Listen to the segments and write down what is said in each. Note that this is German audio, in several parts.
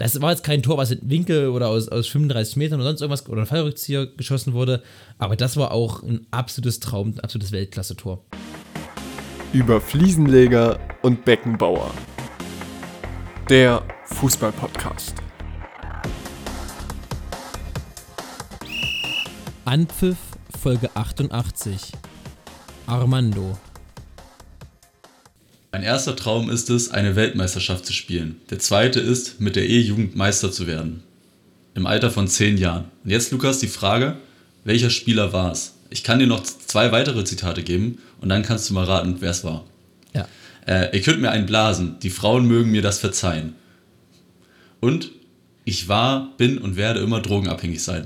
das war jetzt kein Tor, was in Winkel oder aus 35 Metern oder sonst irgendwas oder ein Fallrückzieher geschossen wurde, aber das war auch ein absolutes Traum, ein absolutes Weltklasse-Tor. Über Fliesenleger und Beckenbauer. Der Fußball-Podcast. Anpfiff, Folge 88. Armando. Mein erster Traum ist es, eine Weltmeisterschaft zu spielen. Der zweite ist, mit der E-Jugend Meister zu werden. Im Alter von 10 Jahren. Und jetzt, Lukas, die Frage, welcher Spieler war es? Ich kann dir noch 2 weitere Zitate geben und dann kannst du mal raten, wer es war. Ja. Ihr könnt mir einen blasen, die Frauen mögen mir das verzeihen. Und ich war, bin und werde immer drogenabhängig sein.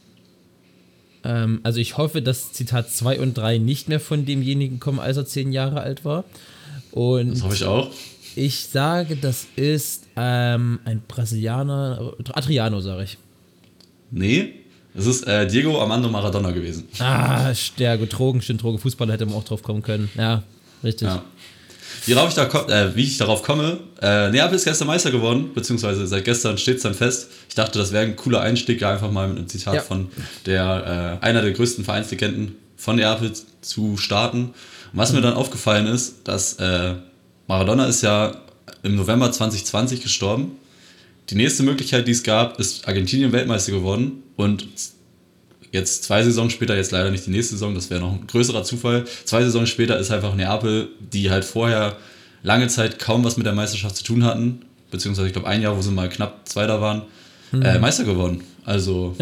Also ich hoffe, dass Zitat 2 und 3 nicht mehr von demjenigen kommen, als er 10 Jahre alt war. Und Das hoffe ich auch. ich sage, das ist ein Brasilianer, Adriano, sage ich. Nee, es ist Diego Armando Maradona gewesen. Ja gut, Fußballer hätte man auch drauf kommen können. Ja, richtig. Ja. Wie ich darauf komme, Neapel ist gestern Meister geworden, beziehungsweise seit gestern steht es dann fest. Ich dachte, das wäre ein cooler Einstieg, einfach mal mit einem Zitat von einer der größten Vereinslegenden von Neapel zu starten. Und was mir dann aufgefallen ist, dass Maradona ist ja im November 2020 gestorben. Die nächste Möglichkeit, die es gab, ist Argentinien Weltmeister geworden und jetzt 2 Saisons später, jetzt leider nicht die nächste Saison, das wäre noch ein größerer Zufall. 2 Saisons später ist einfach Neapel, die halt vorher lange Zeit kaum was mit der Meisterschaft zu tun hatten, beziehungsweise ich glaube 1 Jahr, wo sie mal knapp Zweiter waren, Meister geworden. Also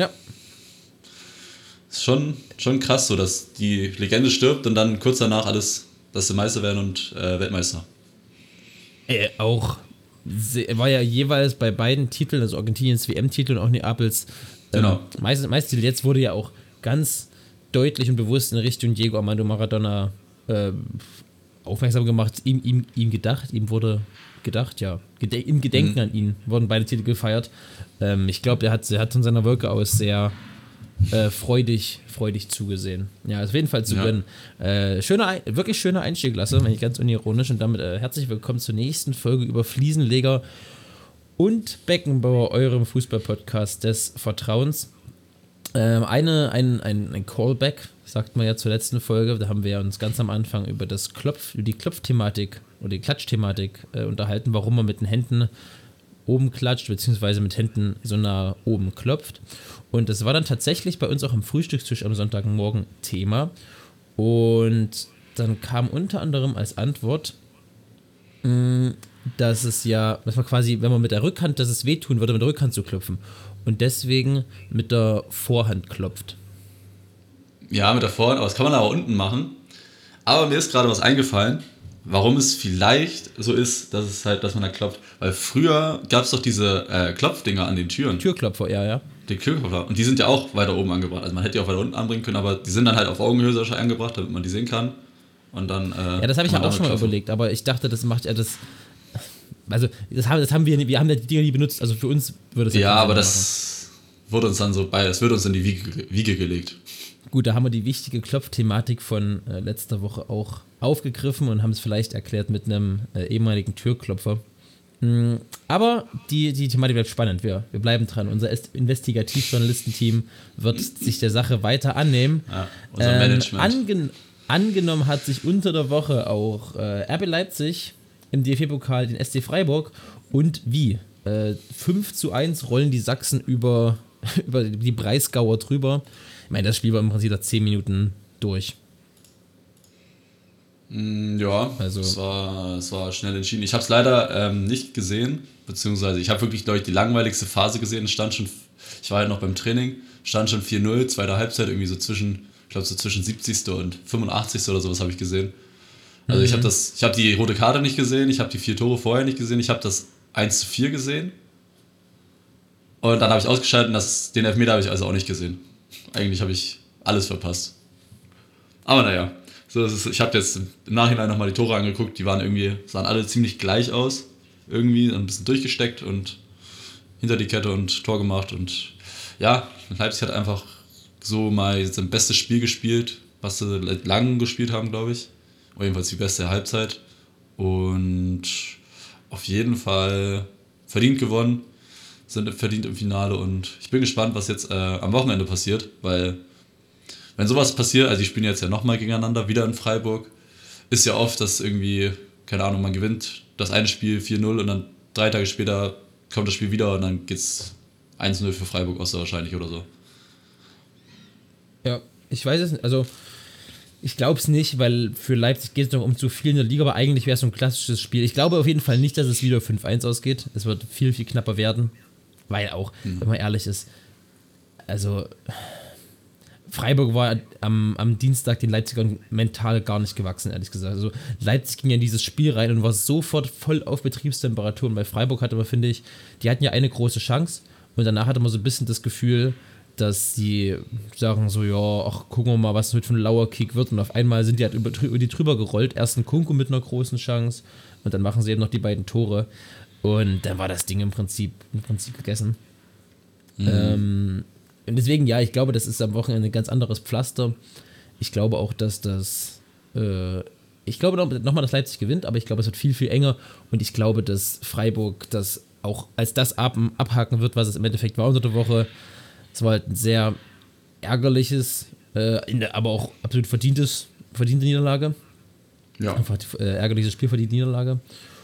ist schon krass so, dass die Legende stirbt und dann kurz danach alles, dass sie Meister werden und Weltmeister. War ja jeweils bei beiden Titeln, also Argentiniens WM-Titel und auch Neapels Meistertitel. Jetzt wurde ja auch ganz deutlich und bewusst in Richtung Diego Armando Maradona aufmerksam gemacht, ihm gedacht, ihm wurde gedacht, ja. Im Gedenken an ihn wurden beide Titel gefeiert. Ich glaube, er hat von seiner Wolke aus sehr freudig zugesehen. Ja, auf jeden Fall zu gönnen. Wirklich schöner Einstieg, Lasse, wenn ich ganz unironisch. Und damit herzlich willkommen zur nächsten Folge über Fliesenleger und Beckenbauer, eurem Fußball-Podcast des Vertrauens. Ein Callback, sagt man ja zur letzten Folge. Da haben wir uns ganz am Anfang über die Klopfthematik oder die Klatschthematik unterhalten, warum man mit den Händen oben klatscht, beziehungsweise mit Händen so nah oben klopft. Und das war dann tatsächlich bei uns auch am Frühstückstisch am Sonntagmorgen Thema. Und dann kam unter anderem als Antwort, dass man quasi, wenn man mit der Rückhand, dass es wehtun würde, mit der Rückhand zu klopfen. Und deswegen mit der Vorhand klopft. Ja, mit der Vorhand, aber das kann man auch unten machen. Aber mir ist gerade was eingefallen, warum es vielleicht so ist, dass man da klopft. Weil früher gab es doch diese Klopfdinger an den Türen. Türklopfer, ja. Die Türklopfer. Und die sind ja auch weiter oben angebracht. Also man hätte die auch weiter unten anbringen können, aber die sind dann halt auf Augenhöhe angebracht, damit man die sehen kann. Und dann. Ja, das habe ich ja auch schon mal überlegt, aber ich dachte, das macht ja das. Also, wir haben ja die Dinger nie benutzt, also für uns würde es ja, aber das wird uns dann das wird uns in die Wiege gelegt. Gut, da haben wir die wichtige Klopfthematik von letzter Woche auch aufgegriffen und haben es vielleicht erklärt mit einem ehemaligen Türklopfer. Aber die Thematik bleibt spannend. Wir bleiben dran. Unser Investigativjournalistenteam wird sich der Sache weiter annehmen. Ja, unser Management. Angenommen hat sich unter der Woche auch RB Leipzig im DFB-Pokal den SC Freiburg und wie? 5:1 rollen die Sachsen über die Breisgauer drüber. Ich meine, das Spiel war im Prinzip nach 10 Minuten durch. Ja, also es war schnell entschieden. Ich habe es leider nicht gesehen, beziehungsweise ich habe wirklich, glaube ich, die langweiligste Phase gesehen. Ich war halt noch beim Training, stand schon 4:0, zweite Halbzeit, irgendwie so zwischen 70. und 85. oder sowas habe ich gesehen. Also ich habe die rote Karte nicht gesehen, ich habe die 4 Tore vorher nicht gesehen, ich habe das 1:4 gesehen. Und dann habe ich ausgeschaltet und den Elfmeter habe ich also auch nicht gesehen. Eigentlich habe ich alles verpasst. Aber naja, ich habe jetzt im Nachhinein nochmal die Tore angeguckt, sahen alle ziemlich gleich aus. Irgendwie ein bisschen durchgesteckt und hinter die Kette und Tor gemacht. Und ja, Leipzig hat einfach so mal sein bestes Spiel gespielt, was sie lang gespielt haben, glaube ich. Oder jedenfalls die beste Halbzeit. Und auf jeden Fall verdient gewonnen. sind verdient im Finale und ich bin gespannt, was jetzt am Wochenende passiert, weil wenn sowas passiert, also die spielen jetzt ja nochmal gegeneinander, wieder in Freiburg, ist ja oft, dass irgendwie, keine Ahnung, man gewinnt das eine Spiel 4-0 und dann 3 Tage später kommt das Spiel wieder und dann geht's 1-0 für Freiburg aus wahrscheinlich oder so. Ja, ich weiß es nicht, also ich glaube es nicht, weil für Leipzig geht es noch um zu viel in der Liga, aber eigentlich wäre es so ein klassisches Spiel. Ich glaube auf jeden Fall nicht, dass es wieder 5-1 ausgeht. Es wird viel, viel knapper werden, weil auch, wenn man ehrlich ist, also Freiburg war am Dienstag den Leipzigern mental gar nicht gewachsen, ehrlich gesagt. Also Leipzig ging ja in dieses Spiel rein und war sofort voll auf Betriebstemperaturen. Bei Freiburg hatte man, finde ich, die hatten ja eine große Chance und danach hatte man so ein bisschen das Gefühl, dass sie sagen so, ja, ach, gucken wir mal, was mit für ein lauer Kick wird. Und auf einmal sind die halt über die drüber gerollt. Erst ein Kunku mit einer großen Chance und dann machen sie eben noch die beiden Tore. Und dann war das Ding im Prinzip gegessen. Und deswegen, ja, ich glaube, das ist am Wochenende ein ganz anderes Pflaster. Ich glaube auch, dass ich glaube nochmal, dass Leipzig gewinnt, aber ich glaube, es wird viel, viel enger. Und ich glaube, dass Freiburg das auch als das abhaken wird, was es im Endeffekt war unter der Woche. Es war halt ein sehr ärgerliches, aber auch absolut verdiente Niederlage. Ja. Einfach ärgerliches Spiel, verdiente Niederlage.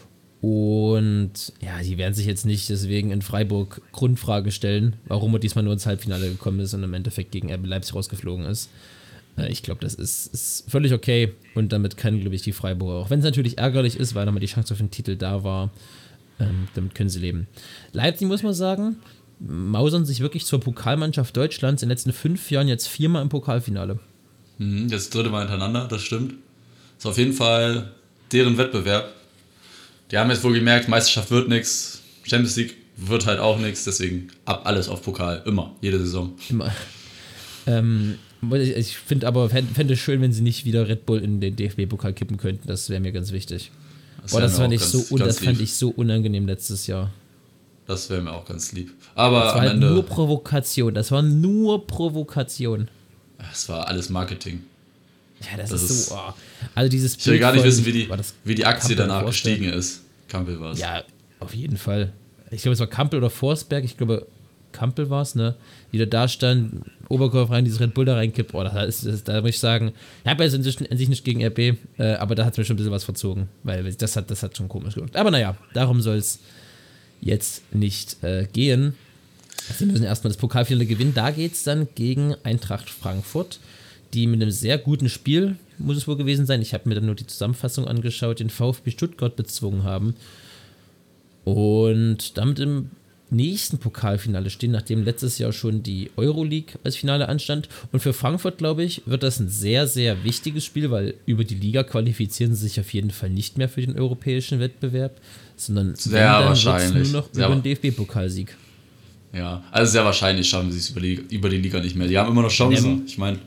Und ja, die werden sich jetzt nicht deswegen in Freiburg Grundfrage stellen, warum er diesmal nur ins Halbfinale gekommen ist und im Endeffekt gegen RB Leipzig rausgeflogen ist. Ich glaube, das ist völlig okay und damit können, glaube ich, die Freiburger, auch wenn es natürlich ärgerlich ist, weil nochmal die Chance auf den Titel da war, damit können sie leben. Leipzig, muss man sagen, mausern sich wirklich zur Pokalmannschaft Deutschlands in den letzten 5 Jahren jetzt 4-mal im Pokalfinale. Das 3. Mal hintereinander, das stimmt. Ist auf jeden Fall deren Wettbewerb. Die haben jetzt wohl gemerkt, Meisterschaft wird nichts, Champions League wird halt auch nichts, deswegen alles auf Pokal, immer, jede Saison. Immer. Ich finde aber, fände es schön, wenn sie nicht wieder Red Bull in den DFB-Pokal kippen könnten, das wäre mir ganz wichtig. Das fand ich so unangenehm letztes Jahr. Das wäre mir auch ganz lieb. Aber das war halt nur Provokation. Das war nur Provokation. Es war alles Marketing. Ja, das ist so. Oh. Also dieses ich will gar nicht wissen, wie die Aktie danach gestiegen ist. Kampel war es. Ja, auf jeden Fall. Ich glaube, es war Kampel oder Forsberg. Ich glaube, Kampel war es, ne? Wie der da stand, Oberkörper rein, dieses Red Bull da reinkippt. Oh, da muss ich sagen, ich habe jetzt an sich nicht gegen RB, aber da hat es mir schon ein bisschen was verzogen. Weil das hat schon komisch gewirkt. Aber naja, darum soll es jetzt nicht gehen. Sie müssen erstmal das Pokalfinale gewinnen. Da geht es dann gegen Eintracht Frankfurt, die mit einem sehr guten Spiel, muss es wohl gewesen sein, ich habe mir dann nur die Zusammenfassung angeschaut, den VfB Stuttgart bezwungen haben und damit im nächsten Pokalfinale stehen, nachdem letztes Jahr schon die Euroleague als Finale anstand. Und für Frankfurt, glaube ich, wird das ein sehr, sehr wichtiges Spiel, weil über die Liga qualifizieren sie sich auf jeden Fall nicht mehr für den europäischen Wettbewerb, sondern sehr wahrscheinlich nur noch über den DFB-Pokalsieg. Ja, also sehr wahrscheinlich schaffen sie es über die Liga nicht mehr. Die haben immer noch Chancen. Ich meine,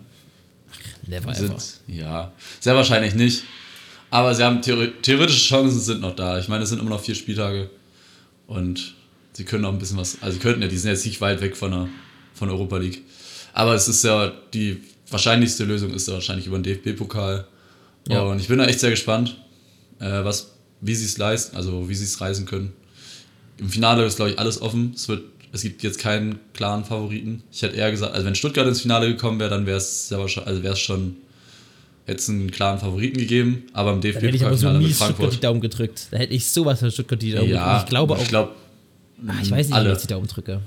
ja, sehr wahrscheinlich nicht. Aber sie haben theoretische Chancen sind noch da. Ich meine, es sind immer noch 4 Spieltage und sie können auch ein bisschen was, also sie könnten ja, die sind jetzt nicht weit weg von Europa League. Aber es ist ja, die wahrscheinlichste Lösung ist ja wahrscheinlich über den DFB-Pokal. Ja. Und ich bin da echt sehr gespannt, wie sie es leisten, also wie sie es reisen können. Im Finale ist, glaube ich, alles offen. Es gibt jetzt keinen klaren Favoriten. Ich hätte eher gesagt, also wenn Stuttgart ins Finale gekommen wäre, dann wäre es sehr wahrscheinlich, also wäre es schon jetzt einen klaren Favoriten gegeben, aber im DFB-Pokal-Finale mit Frankfurt. Stuttgart die Daumen gedrückt. Da hätte ich sowas für Stuttgart die Daumen gedrückt. Ich weiß nicht, wie ich die Daumen drücke.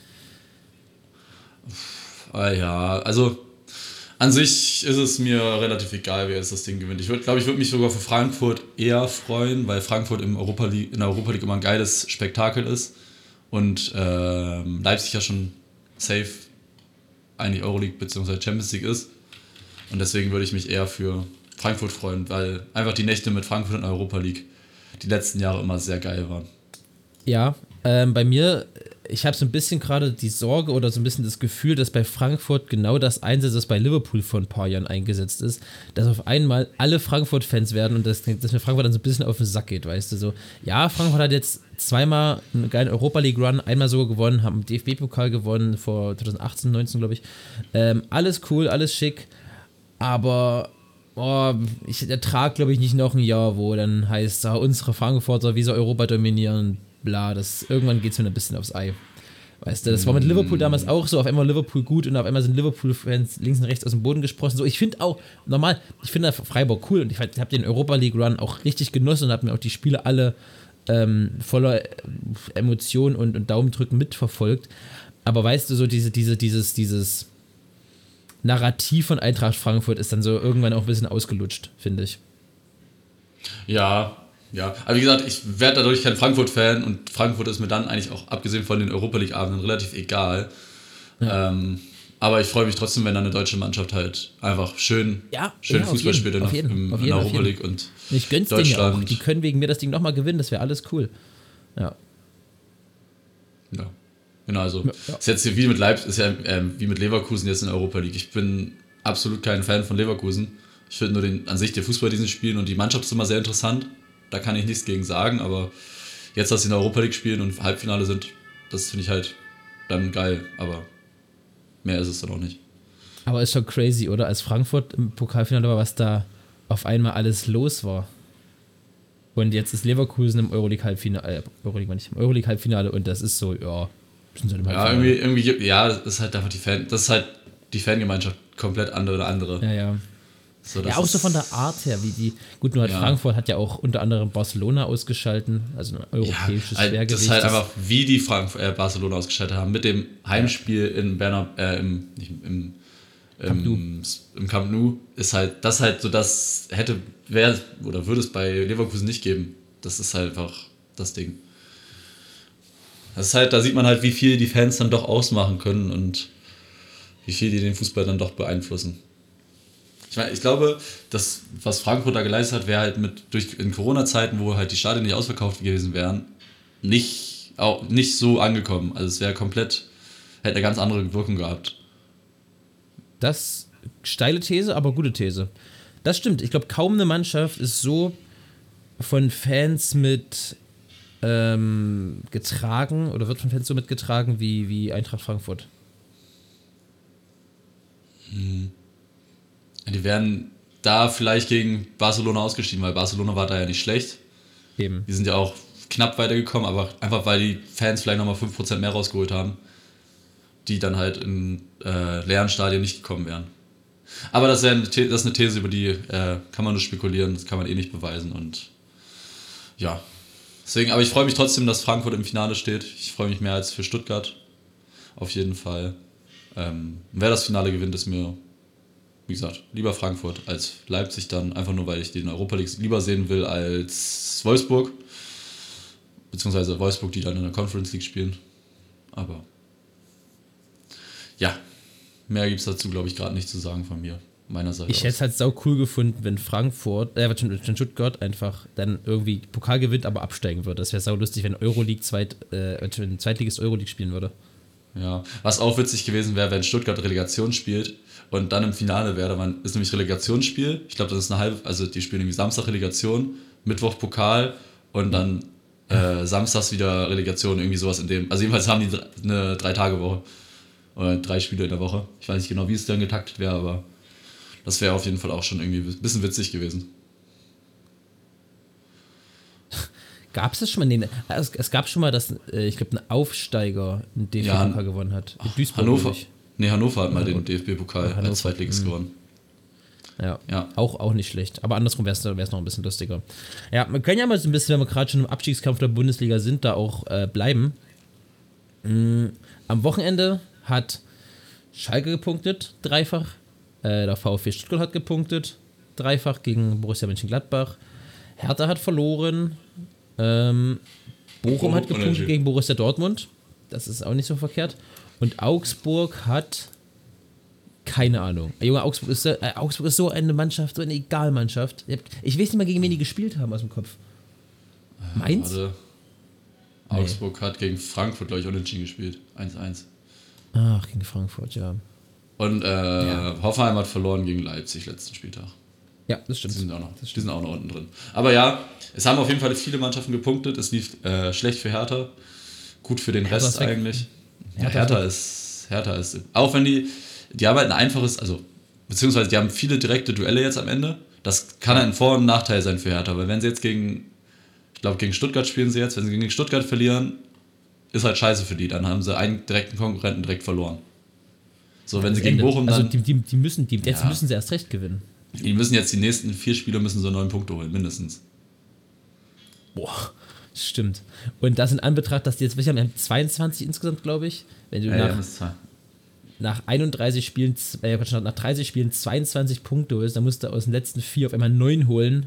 Ja, also an sich ist es mir relativ egal, wer jetzt das Ding gewinnt. Ich würde mich sogar für Frankfurt eher freuen, weil Frankfurt in der Europa League immer ein geiles Spektakel ist und Leipzig ja schon safe eigentlich Euroleague bzw. Champions League ist. Und deswegen würde ich mich eher für Frankfurt freuen, weil einfach die Nächte mit Frankfurt in der Europa League die letzten Jahre immer sehr geil waren. Ja, bei mir, ich habe so ein bisschen gerade die Sorge oder so ein bisschen das Gefühl, dass bei Frankfurt genau das einsetzt, was bei Liverpool vor ein paar Jahren eingesetzt ist, dass auf einmal alle Frankfurt-Fans werden und dass mir Frankfurt dann so ein bisschen auf den Sack geht, weißt du, so, ja, Frankfurt hat jetzt 2-mal einen geilen Europa-League-Run, einmal sogar gewonnen, haben den DFB-Pokal gewonnen, vor 2018, 19, glaube ich, alles cool, alles schick, aber ich ertrage, glaube ich, nicht noch ein Jahr, wo dann heißt, unsere Frankfurter, wie sie Europa dominieren, bla, irgendwann geht es mir ein bisschen aufs Ei. Weißt du, das war mit Liverpool damals auch so, auf einmal Liverpool gut und auf einmal sind Liverpool-Fans links und rechts aus dem Boden gesprossen. So, ich finde auch, normal, ich finde Freiburg cool und ich habe den Europa League Run auch richtig genossen und habe mir auch die Spiele alle voller Emotionen und Daumendrücken mitverfolgt. Aber weißt du, so dieses Narrativ von Eintracht Frankfurt ist dann so irgendwann auch ein bisschen ausgelutscht, finde ich. Ja. Aber wie gesagt, ich werde dadurch kein Frankfurt-Fan und Frankfurt ist mir dann eigentlich auch, abgesehen von den Europa League-Abenden, relativ egal. Ja. Aber ich freue mich trotzdem, wenn dann eine deutsche Mannschaft halt einfach schön Fußball spielt in der Europa League und ich gönn's denen ja auch. Die können wegen mir das Ding nochmal gewinnen, das wäre alles cool. Ja. Genau, also ist jetzt wie mit Leipzig, ist ja wie mit Leverkusen jetzt in der Europa League. Ich bin absolut kein Fan von Leverkusen. Ich finde nur an sich der Fußball, diesen spielen und die Mannschaft ist immer sehr interessant. Da kann ich nichts gegen sagen, aber jetzt, dass sie in der Europa League spielen und Halbfinale sind, das finde ich halt dann geil, aber mehr ist es dann auch nicht. Aber ist schon crazy, oder? Als Frankfurt im Pokalfinale war, was da auf einmal alles los war. Und jetzt ist Leverkusen im Euroleague-Halbfinale, und das ist so, sind halt irgendwie, das ist halt einfach die Fangemeinschaft komplett andere. Ja. So, auch so von der Art her, Frankfurt hat ja auch unter anderem Barcelona ausgeschalten, also ein europäisches Schwergewicht. Das ist halt einfach, wie die Barcelona ausgeschaltet haben, mit dem Heimspiel in im Camp Nou, ist halt, das halt so, das würde es bei Leverkusen nicht geben. Das ist halt einfach das Ding. Das ist halt, da sieht man halt, wie viel die Fans dann doch ausmachen können und wie viel die den Fußball dann doch beeinflussen. Ich glaube, das, was Frankfurt da geleistet hat, wäre halt in Corona-Zeiten, wo halt die Stadien nicht ausverkauft gewesen wären, nicht so angekommen. Also es hätte eine ganz andere Wirkung gehabt. Das steile These, aber gute These. Das stimmt. Ich glaube, kaum eine Mannschaft ist so von Fans mit getragen oder wird von Fans so mitgetragen wie Eintracht Frankfurt. Die werden da vielleicht gegen Barcelona ausgeschieden, weil Barcelona war da ja nicht schlecht. Eben. Die sind ja auch knapp weitergekommen, aber einfach weil die Fans vielleicht nochmal 5% mehr rausgeholt haben, die dann halt in leeren Stadien nicht gekommen wären. Aber das ist eine These, über die kann man nur spekulieren, das kann man nicht beweisen und ja. Deswegen, aber ich freue mich trotzdem, dass Frankfurt im Finale steht. Ich freue mich mehr als für Stuttgart. Auf jeden Fall. Wer das Finale gewinnt, ist mir, wie gesagt, lieber Frankfurt als Leipzig dann, einfach nur, weil ich den Europa League lieber sehen will als Wolfsburg. Beziehungsweise Wolfsburg, die dann in der Conference League spielen. Aber ja, mehr gibt es dazu, glaube ich, gerade nicht zu sagen von mir, meiner Seite. Ich hätte es halt sau cool gefunden, wenn wenn Stuttgart einfach dann irgendwie Pokal gewinnt, aber absteigen würde. Das wäre sau lustig, wenn ein Zweitligist Euroleague spielen würde. Ja, was auch witzig gewesen wäre, wenn Stuttgart Relegation spielt und dann im Finale wäre, ist nämlich Relegationsspiel. Ich glaube, das ist also die spielen irgendwie Samstag Relegation, Mittwoch Pokal und dann samstags wieder Relegation, irgendwie sowas in dem. Also jedenfalls haben die eine 3-Tage-Woche oder 3 Spiele in der Woche. Ich weiß nicht genau, wie es dann getaktet wäre, aber das wäre auf jeden Fall auch schon irgendwie ein bisschen witzig gewesen. Gab es das schon mal? Nee, es gab schon mal, dass, ich glaube, ein Aufsteiger einen DFB-Pokal gewonnen hat. In Duisburg. Hannover hat mal den DFB-Pokal als Zweitligist gewonnen. Ja, auch nicht schlecht. Aber andersrum wäre es noch ein bisschen lustiger. Ja, wir können ja mal so ein bisschen, wenn wir gerade schon im Abstiegskampf der Bundesliga sind, da auch bleiben. Am Wochenende hat Schalke gepunktet, dreifach. Der VfB Stuttgart hat gepunktet, dreifach gegen Borussia Mönchengladbach. Hertha hat verloren. Bochum hat gepunktet gegen Borussia Dortmund. Das ist auch nicht so verkehrt. Und Augsburg hat keine Ahnung. Junge, Augsburg ist so eine Mannschaft, so eine Egalmannschaft. Ich weiß nicht mal, gegen wen die gespielt haben aus dem Kopf. Mainz? Augsburg hat gegen Frankfurt, glaube ich, unentschieden gespielt. 1-1. Ach, gegen Frankfurt, ja. Und Hoffenheim hat verloren gegen Leipzig letzten Spieltag. Ja, das stimmt. Die sind auch noch unten drin. Aber ja, es haben auf jeden Fall viele Mannschaften gepunktet. Es lief schlecht für Hertha. Gut für den Rest eigentlich. Ja, Hertha ist, auch wenn die haben halt ein einfaches, also beziehungsweise die haben viele direkte Duelle jetzt am Ende. Das kann ein Vor- und Nachteil sein für Hertha, weil wenn sie jetzt gegen Stuttgart spielen sie jetzt, wenn sie gegen Stuttgart verlieren, ist halt scheiße für die. Dann haben sie einen direkten Konkurrenten direkt verloren. So, wenn sie gegen Bochum dann... Also jetzt müssen sie erst recht gewinnen. Die müssen jetzt die nächsten 4 Spiele müssen so 9 Punkte holen, mindestens. Boah, stimmt. Und das in Anbetracht, dass die jetzt, wir haben 22 insgesamt, glaube ich. Wenn du nach 31 Spielen, nach 30 Spielen 22 Punkte holst, dann musst du aus den letzten 4 auf einmal 9 holen.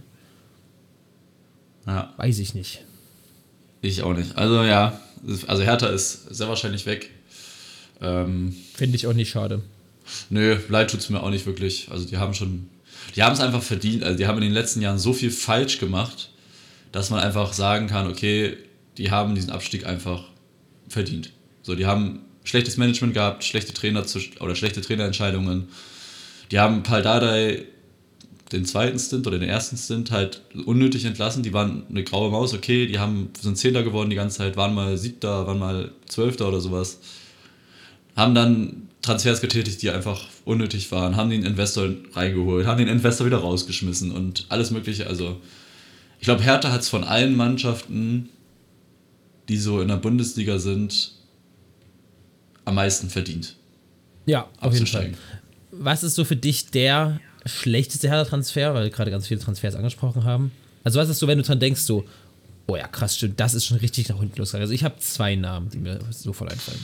Ja. Weiß ich nicht. Ich auch nicht. Also ja, Hertha ist sehr wahrscheinlich weg. Finde ich auch nicht schade. Nö, leid tut's mir auch nicht wirklich. Also die haben es einfach verdient. Also die haben in den letzten Jahren so viel falsch gemacht, dass man einfach sagen kann, okay, die haben diesen Abstieg einfach verdient. So, die haben schlechtes Management gehabt, schlechte Trainerentscheidungen. Die haben Pal Dardai den zweiten Stint oder den ersten Stint halt unnötig entlassen. Die waren eine graue Maus, okay, sind Zehnter geworden die ganze Zeit, waren mal Siebter, waren mal Zwölfter oder sowas. Haben dann Transfers getätigt, die einfach unnötig waren, haben den Investor reingeholt, haben den Investor wieder rausgeschmissen und alles mögliche. Also ich glaube, Hertha hat es von allen Mannschaften, die so in der Bundesliga sind, am meisten verdient. Ja, auf jeden Fall. Was ist so für dich der schlechteste Hertha-Transfer, weil wir gerade ganz viele Transfers angesprochen haben? Also was ist so, wenn du dran denkst, so, oh ja, krass, stimmt, das ist schon richtig nach unten losgegangen. Also ich habe 2 Namen, die mir sofort einfallen.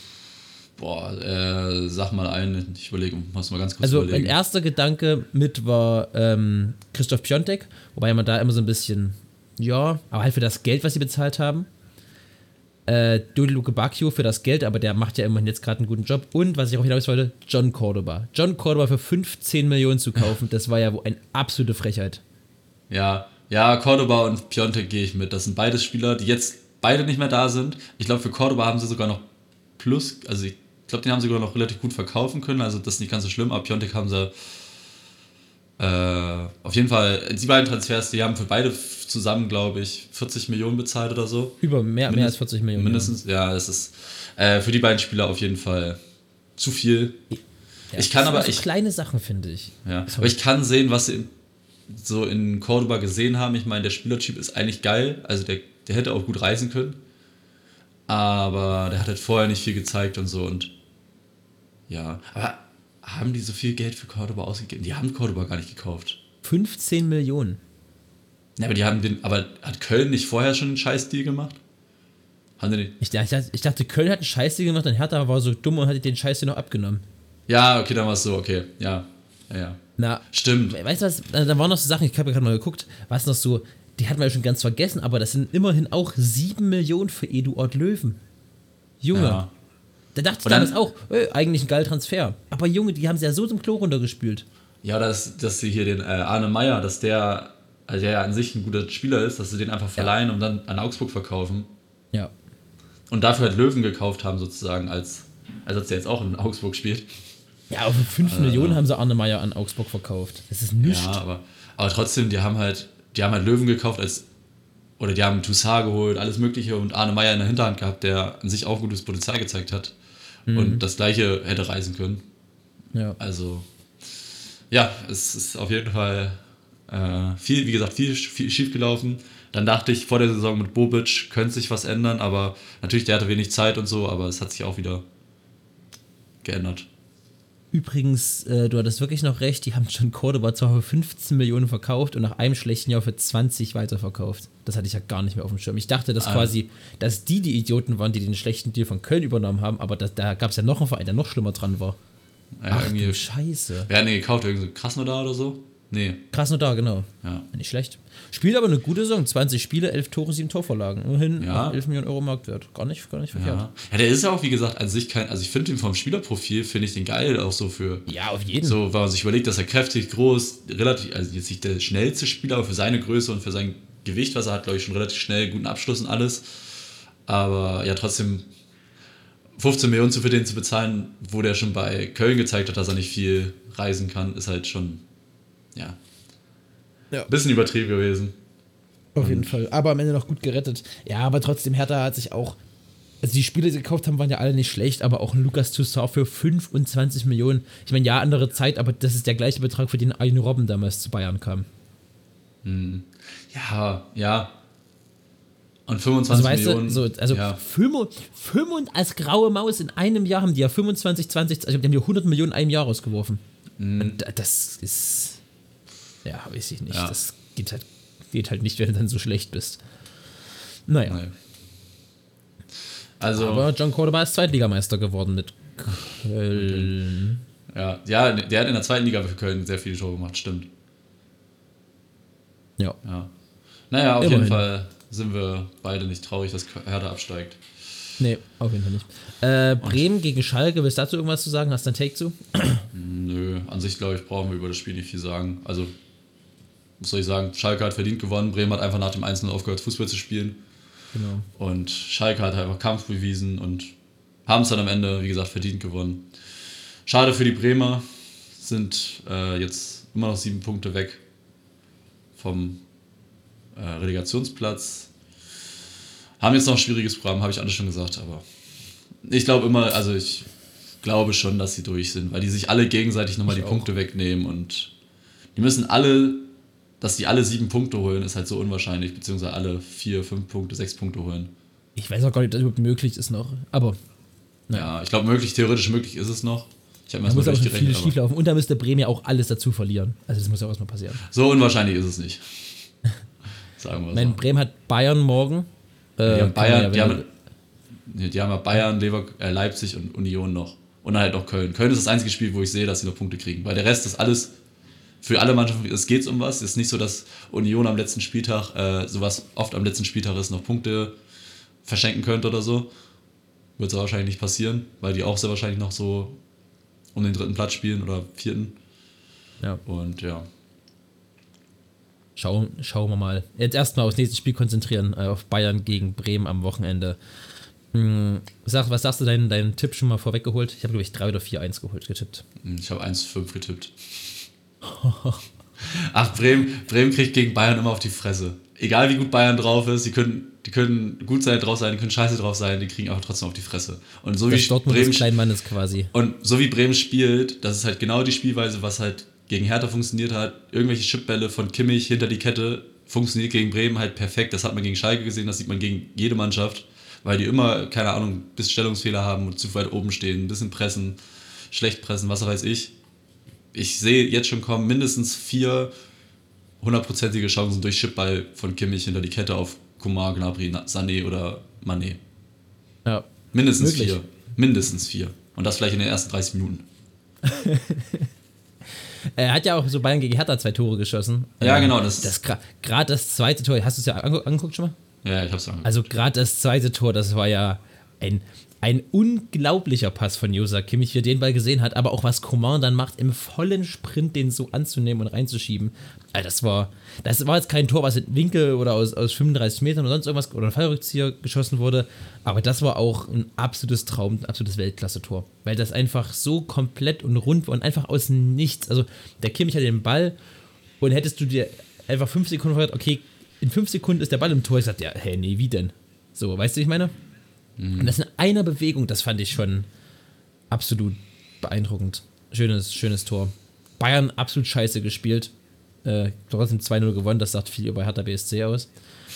Boah, sag mal einen, ich überlege, muss mal ganz kurz überlegen. Also mein erster Gedanke mit war Christoph Piontek, wobei man da immer so ein bisschen, ja, aber halt für das Geld, was sie bezahlt haben. Dodiluke Bacchio für das Geld, aber der macht ja immerhin jetzt gerade einen guten Job. Und, was ich auch hinaus wollte, John Cordoba. John Cordoba für 15 Millionen zu kaufen, das war ja wohl eine absolute Frechheit. Ja, Cordoba und Piontek gehe ich mit. Das sind beides Spieler, die jetzt beide nicht mehr da sind. Ich glaube, für Cordoba haben sie sogar noch Plus, also ich glaube, den haben sie sogar noch relativ gut verkaufen können, also das ist nicht ganz so schlimm, aber Piontek haben sie auf jeden Fall, die beiden Transfers, die haben für beide zusammen, glaube ich, 40 Millionen bezahlt oder so. Mehr als 40 Millionen. Mindestens, ja, das ist für die beiden Spieler auf jeden Fall zu viel. Ja, ich kann aber kleine Sachen, finde ich. Ja, aber ich kann sehen, was sie so in Cordoba gesehen haben. Ich meine, der Spielertyp ist eigentlich geil, also der hätte auch gut reisen können, aber der hat halt vorher nicht viel gezeigt und so und ja, aber haben die so viel Geld für Cordoba ausgegeben? Die haben Cordoba gar nicht gekauft. 15 Millionen. Ja, aber hat Köln nicht vorher schon einen Scheißdeal gemacht? Haben die nicht? Ich dachte, Köln hat einen Scheißdeal gemacht, dann Hertha war so dumm und hat den Scheißdeal noch abgenommen. Ja, okay, dann war es so, okay, ja. Na, stimmt. Weißt du was, da waren noch so Sachen, ich habe ja gerade mal geguckt, was noch so, die hat man ja schon ganz vergessen, aber das sind immerhin auch 7 Millionen für Eduard Löwen. Junge. Ja. Da dachte ich damals auch, eigentlich ein geiler Transfer. Aber Junge, die haben sie ja so zum Klo runtergespült. Ja, dass sie hier den Arne Meyer, dass der ja an sich ein guter Spieler ist, dass sie den einfach verleihen und dann an Augsburg verkaufen. Ja. Und dafür halt Löwen gekauft haben, sozusagen, als der jetzt auch in Augsburg spielt. Ja, aber für 5 Millionen haben sie Arne Meyer an Augsburg verkauft. Das ist nichts. Ja, aber trotzdem, die haben halt Löwen gekauft oder die haben Toussaint geholt, alles Mögliche und Arne Meyer in der Hinterhand gehabt, der an sich auch gutes Potenzial gezeigt hat. Und das Gleiche hätte reisen können. Ja. Also, ja, es ist auf jeden Fall viel schief gelaufen. Dann dachte ich, vor der Saison mit Bobic könnte sich was ändern, aber natürlich, der hatte wenig Zeit und so, aber es hat sich auch wieder geändert. Übrigens, du hattest wirklich noch recht, die haben schon Cordoba zwar für 15 Millionen verkauft und nach einem schlechten Jahr für 20 weiterverkauft. Das hatte ich ja gar nicht mehr auf dem Schirm. Ich dachte, dass die Idioten waren, die den schlechten Deal von Köln übernommen haben, aber da gab es ja noch einen Verein, der noch schlimmer dran war. Ja, ach du Scheiße. Wer hat den gekauft? Irgendwie so Krasnodar oder so? Nee. Krasnodar, genau. Ja. Nicht schlecht. Spielt aber eine gute Saison. 20 Spiele, 11 Tore, 7 Torvorlagen. Immerhin 11 Millionen Euro Marktwert. Gar nicht verkehrt. Ja, der ist ja auch, wie gesagt, an sich also ich finde ihn vom Spielerprofil, finde ich den geil, auch so für... Ja, auf jeden. So, weil man sich überlegt, dass er kräftig, groß, relativ, also jetzt nicht der schnellste Spieler, aber für seine Größe und für sein Gewicht, was er hat, glaube ich, schon relativ schnell, guten Abschluss und alles. Aber ja, trotzdem 15 Millionen für den zu bezahlen, wo der schon bei Köln gezeigt hat, dass er nicht viel reisen kann, ist halt schon, ja. Ein bisschen übertrieben gewesen. Auf jeden Fall. Aber am Ende noch gut gerettet. Ja, aber trotzdem, Hertha hat sich auch. Also die Spieler, die sie gekauft haben, waren ja alle nicht schlecht, aber auch ein Lukas Toussaint für 25 Millionen. Ich meine, ja, andere Zeit, aber das ist der gleiche Betrag, für den Arjen Robben damals zu Bayern kam. Ja. Und 25 Millionen. Ja. Als graue Maus in einem Jahr haben die ja 25, 20, also die haben ja 100 Millionen in einem Jahr rausgeworfen. Und das ist, ja, weiß ich nicht. Ja. Das geht halt nicht, wenn du dann so schlecht bist. Naja. Nee. Also, aber John Cordoba ist Zweitligameister geworden mit Köln. Ja, der hat in der zweiten Liga für Köln sehr viele Tore gemacht, stimmt. Ja. Naja, auf jeden Fall sind wir beide nicht traurig, dass Hertha absteigt. Nee, auf jeden Fall nicht. Bremen gegen Schalke, willst du dazu irgendwas zu sagen? Hast du einen Take zu? Nö, an sich, glaube ich, brauchen wir über das Spiel nicht viel sagen. Also, was soll ich sagen, Schalke hat verdient gewonnen, Bremen hat einfach nach dem 1-0 aufgehört, Fußball zu spielen. Genau. Und Schalke hat einfach Kampf bewiesen und haben es dann am Ende, wie gesagt, verdient gewonnen. Schade für die Bremer, sind jetzt immer noch 7 Punkte weg vom Relegationsplatz. Haben jetzt noch ein schwieriges Programm, habe ich alles schon gesagt, aber ich glaube schon, dass sie durch sind, weil die sich alle gegenseitig nochmal die Punkte wegnehmen und die müssen dass die alle 7 Punkte holen, ist halt so unwahrscheinlich, beziehungsweise alle 4, 5 Punkte, 6 Punkte holen. Ich weiß auch gar nicht, ob das überhaupt möglich ist noch, aber ja, ich glaube, theoretisch möglich ist es noch. Ich habe mir das mal durchgerechnet. Viel schieflaufen. Und da müsste Bremen ja auch alles dazu verlieren. Also das muss ja auch erstmal passieren. So unwahrscheinlich ist es nicht. Sagen wir so. Bremen hat Bayern morgen. Die haben Bayern, Leipzig und Union noch. Und dann halt noch Köln. Köln ist das einzige Spiel, wo ich sehe, dass sie noch Punkte kriegen. Weil der Rest ist alles, für alle Mannschaften, es geht um was. Es ist nicht so, dass Union am letzten Spieltag, sowas oft am letzten Spieltag ist, noch Punkte verschenken könnte oder so. Wird es wahrscheinlich nicht passieren, weil die auch sehr wahrscheinlich noch so um den 3. Platz spielen oder 4. Ja. Und ja. Schauen wir mal. Jetzt erstmal aufs nächste Spiel konzentrieren, auf Bayern gegen Bremen am Wochenende. Was sagst du, deinen Tipp schon mal vorweggeholt? Ich habe, glaube ich, 3 oder 4-1 getippt. Ich habe 1-5 getippt. Ach, Bremen kriegt gegen Bayern immer auf die Fresse. Egal wie gut Bayern drauf ist, die können gut drauf sein, die können scheiße drauf sein, die kriegen auch trotzdem auf die Fresse. Und so wie Dortmund des kleinen Mannes quasi. Und so wie Bremen spielt, das ist halt genau die Spielweise, was halt gegen Hertha funktioniert hat. Irgendwelche Chipbälle von Kimmich hinter die Kette funktioniert gegen Bremen halt perfekt. Das hat man gegen Schalke gesehen, das sieht man gegen jede Mannschaft, weil die immer, keine Ahnung, ein bisschen Stellungsfehler haben und zu weit oben stehen, ein bisschen pressen, schlecht pressen, was weiß ich. Ich sehe jetzt schon kommen mindestens 4 100%ige Chancen durch Chipball von Kimmich hinter die Kette auf Coman, Gnabry, Sané oder Mané. Ja. Mindestens 4. Mindestens 4. Und das vielleicht in den ersten 30 Minuten. Er hat ja auch so Bayern gegen Hertha 2 Tore geschossen. Ja, genau. Gerade das zweite Tor, hast du es ja angeguckt schon mal? Ja, ich hab's angeguckt. Also gerade das zweite Tor, das war ja ein unglaublicher Pass von Josa Kimmich, wie er den Ball gesehen hat, aber auch was Coman dann macht, im vollen Sprint den so anzunehmen und reinzuschieben. Also das war jetzt kein Tor, was in Winkel oder aus 35 Metern oder sonst irgendwas oder ein Fallrückzieher geschossen wurde, aber das war auch ein absolutes Traum, ein absolutes Weltklasse-Tor, weil das einfach so komplett und rund war und einfach aus nichts, also der Kimmich hat den Ball und hättest du dir einfach 5 Sekunden vorher, okay, in 5 Sekunden ist der Ball im Tor, ich sagte, ja, hey, nee, wie denn? So, weißt du, wie ich meine? Und das in einer Bewegung, das fand ich schon absolut beeindruckend. Schönes Tor. Bayern absolut scheiße gespielt. Trotzdem 2-0 gewonnen, das sagt viel über Hertha BSC aus.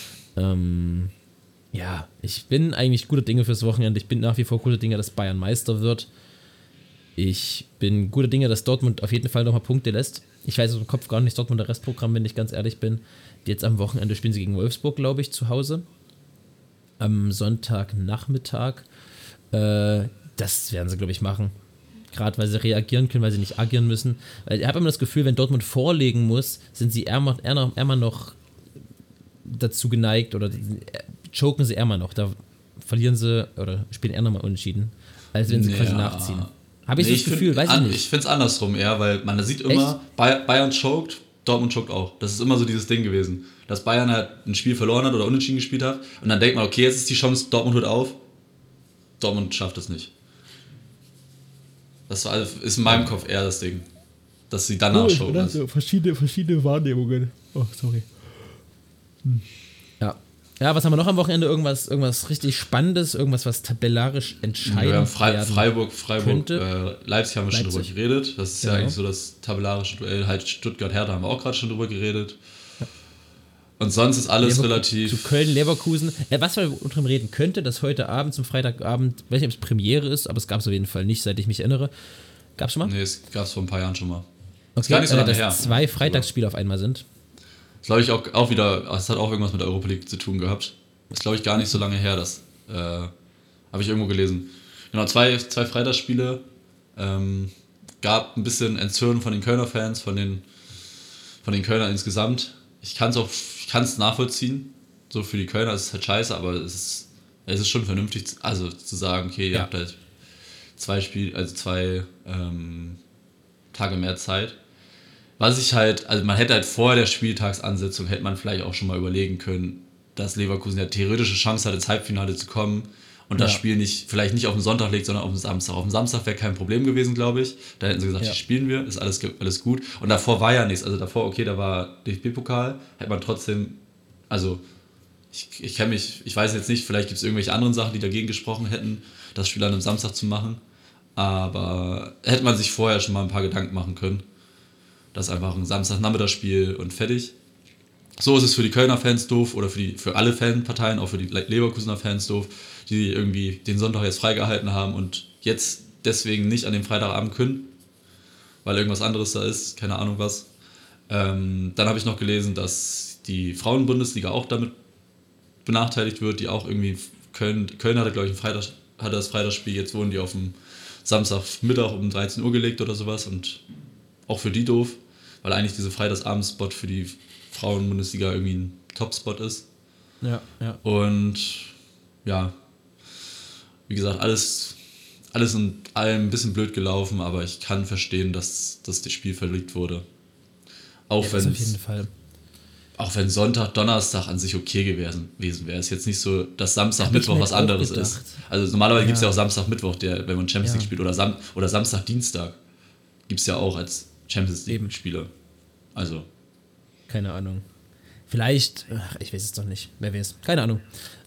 Ja, ich bin eigentlich guter Dinge fürs Wochenende. Ich bin nach wie vor guter Dinge, dass Bayern Meister wird. Ich bin guter Dinge, dass Dortmund auf jeden Fall nochmal Punkte lässt. Ich weiß aus dem Kopf gar nicht, Dortmunder Restprogramm, wenn ich ganz ehrlich bin. Jetzt am Wochenende spielen sie gegen Wolfsburg, glaube ich, zu Hause. Am Sonntagnachmittag. Das werden sie, glaube ich, machen. Gerade weil sie reagieren können, weil sie nicht agieren müssen. Weil ich habe immer das Gefühl, wenn Dortmund vorlegen muss, sind sie eher noch dazu geneigt oder choken sie eher mal noch. Da verlieren sie oder spielen eher nochmal unentschieden, als wenn sie quasi nachziehen. Habe ich so das Gefühl, weiß ich nicht. Ich finde es andersrum eher, weil man sieht immer, Bayern choked, Dortmund choked auch. Das ist immer so dieses Ding gewesen. Dass Bayern halt ein Spiel verloren hat oder unentschieden gespielt hat und dann denkt man, okay, jetzt ist die Chance, Dortmund holt auf. Dortmund schafft es nicht. Das ist in meinem Kopf eher das Ding. Dass sie danach choken. So verschiedene Wahrnehmungen. Oh, sorry. Ja, was haben wir noch am Wochenende? Irgendwas richtig Spannendes, irgendwas, was tabellarisch entscheidend werden Freiburg, Leipzig haben wir schon drüber geredet. Das ist ja eigentlich so das tabellarische Duell. Halt Stuttgart-Hertha haben wir auch gerade schon drüber geredet. Und sonst ist alles relativ... Zu Köln, Leverkusen. Was man unter reden könnte, dass heute Abend zum Freitagabend, weiß nicht, ob es Premiere ist, aber es gab es auf jeden Fall nicht, seit ich mich erinnere. Gab es schon mal? Nee, es gab es vor ein paar Jahren schon mal. Okay, ist gar nicht so lange dass her. 2 Freitagsspiele auf einmal sind. Das glaube ich auch wieder, es hat auch irgendwas mit der Europa League zu tun gehabt. Das ist, glaube ich, gar nicht so lange her, das habe ich irgendwo gelesen. Genau, 2 Freitagsspiele. Gab ein bisschen Entzürnen von den Kölner Fans, von den Kölnern insgesamt. Ich kann es nachvollziehen. So für die Kölner ist es halt scheiße, aber es ist schon vernünftig, also zu sagen, okay, ihr habt halt 2 Tage mehr Zeit. Was ich halt, also man hätte halt vor der Spieltagsansetzung, hätte man vielleicht auch schon mal überlegen können, dass Leverkusen ja theoretische Chance hat, ins Halbfinale zu kommen und das Spiel vielleicht nicht auf den Sonntag legt, sondern auf den Samstag. Auf den Samstag wäre kein Problem gewesen, glaube ich. Da hätten sie gesagt, hier spielen wir, ist alles gut. Und davor war ja nichts. Also davor, okay, da war DFB-Pokal, hätte man trotzdem, also ich weiß jetzt nicht, vielleicht gibt es irgendwelche anderen Sachen, die dagegen gesprochen hätten, das Spiel an einem Samstag zu machen. Aber hätte man sich vorher schon mal ein paar Gedanken machen können. Das ist einfach ein Samstagnachmittagsspiel und fertig. So ist es für die Kölner Fans doof oder für alle Fanparteien, auch für die Leverkusener Fans doof, die irgendwie den Sonntag jetzt freigehalten haben und jetzt deswegen nicht an dem Freitagabend können, weil irgendwas anderes da ist, keine Ahnung was. Dann habe ich noch gelesen, dass die Frauenbundesliga auch damit benachteiligt wird, die auch irgendwie Köln hatte, glaube ich, hatte das Freitagsspiel, jetzt wurden die auf dem Samstagmittag um 13 Uhr gelegt oder sowas und auch für die doof, weil eigentlich diese Freitagsabendspot für die Frauenbundesliga irgendwie ein Top-Spot ist. Ja. Und ja, wie gesagt, alles in allem ein bisschen blöd gelaufen, aber ich kann verstehen, dass das Spiel verlegt wurde. Auf jeden Fall. Auch wenn Sonntag, Donnerstag an sich okay gewesen wäre. Es jetzt nicht so, dass Samstag, Mittwoch was anderes ist. Also normalerweise gibt es ja auch Samstag, Mittwoch, wenn man Champions League spielt, oder Samstag, Dienstag gibt es ja auch als Champions League Spiele. Also. Keine Ahnung. Vielleicht, ich weiß es doch nicht. Wer weiß. Keine Ahnung.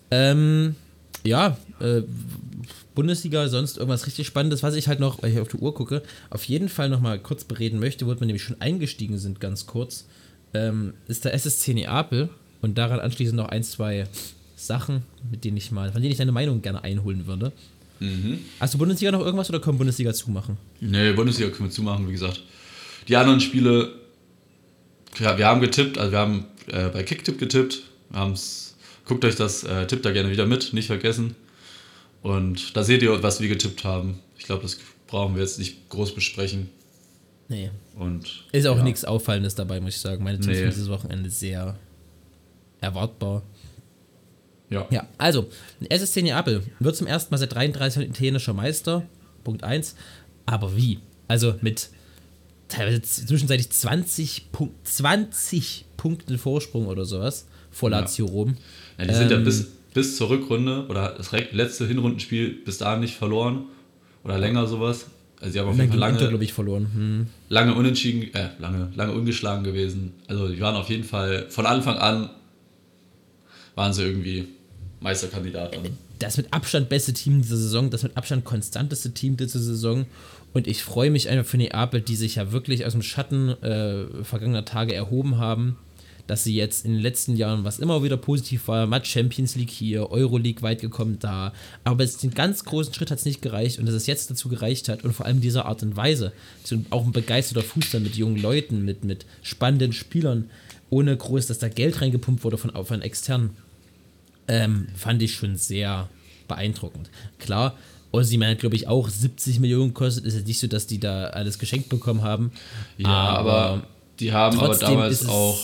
Bundesliga, sonst irgendwas richtig Spannendes, was ich halt noch, weil ich auf die Uhr gucke, auf jeden Fall noch mal kurz bereden möchte, wo wir nämlich schon eingestiegen sind, ganz kurz, ist der SSC Neapel und daran anschließend noch 1, 2 Sachen, von denen ich deine Meinung gerne einholen würde. Mhm. Hast du Bundesliga noch irgendwas oder können Bundesliga zumachen? Nee, Bundesliga können wir zumachen, wie gesagt. Die anderen Spiele, ja, wir haben getippt, also wir haben bei Kicktipp getippt, guckt euch das, tippt da gerne wieder mit, nicht vergessen. Und da seht ihr, was wir getippt haben. Ich glaube, das brauchen wir jetzt nicht groß besprechen. Nee. Und, ist auch nichts Auffallendes dabei, muss ich sagen. Meine Tipps dieses Wochenende sehr erwartbar. Ja, also, SSC Neapel wird zum ersten Mal seit 33 Jahren italienischer Meister. Punkt 1. Aber wie? Also mit teilweise zwischenzeitlich 20 Punkten Vorsprung oder sowas vor Lazio Rom. Ja, die sind ja bis zur Rückrunde oder das letzte Hinrundenspiel bis dahin nicht verloren oder länger sowas. Also die haben auf jeden Fall lange unentschieden, lange ungeschlagen gewesen. Also die waren auf jeden Fall von Anfang an waren sie irgendwie Meisterkandidat. Das mit Abstand beste Team dieser Saison, das mit Abstand konstanteste Team dieser Saison. Und ich freue mich einfach für Neapel, die sich ja wirklich aus dem Schatten vergangener Tage erhoben haben, dass sie jetzt in den letzten Jahren, was immer wieder positiv war, mal Champions League hier, Euroleague weit gekommen da, aber den ganz großen Schritt hat es nicht gereicht und dass es jetzt dazu gereicht hat und vor allem dieser Art und Weise, auch ein begeisterter Fußball mit jungen Leuten, mit spannenden Spielern, ohne groß, dass da Geld reingepumpt wurde von externen, fand ich schon sehr beeindruckend. Klar, Osimhen hat, glaube ich, auch 70 Millionen gekostet, ist jetzt nicht so, dass die da alles geschenkt bekommen haben. Ja, aber die haben aber damals auch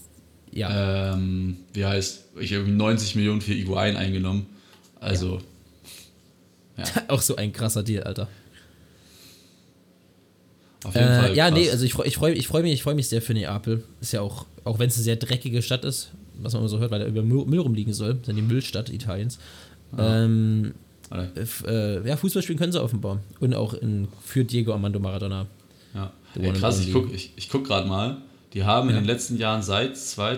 wie heißt, ich habe 90 Millionen für Higuaín eingenommen. Also, ja. Auch so ein krasser Deal, Alter. Auf jeden Fall. Ja, krass. Nee, also ich freu mich sehr für Neapel. Ist ja auch wenn es eine sehr dreckige Stadt ist, was man immer so hört, weil da über Müll rumliegen soll, ist ja die Müllstadt Italiens. Fußball spielen können sie offenbar. Und auch für Diego Armando Maradona. Ja, krass, ich guck gerade mal. Die haben in den letzten Jahren seit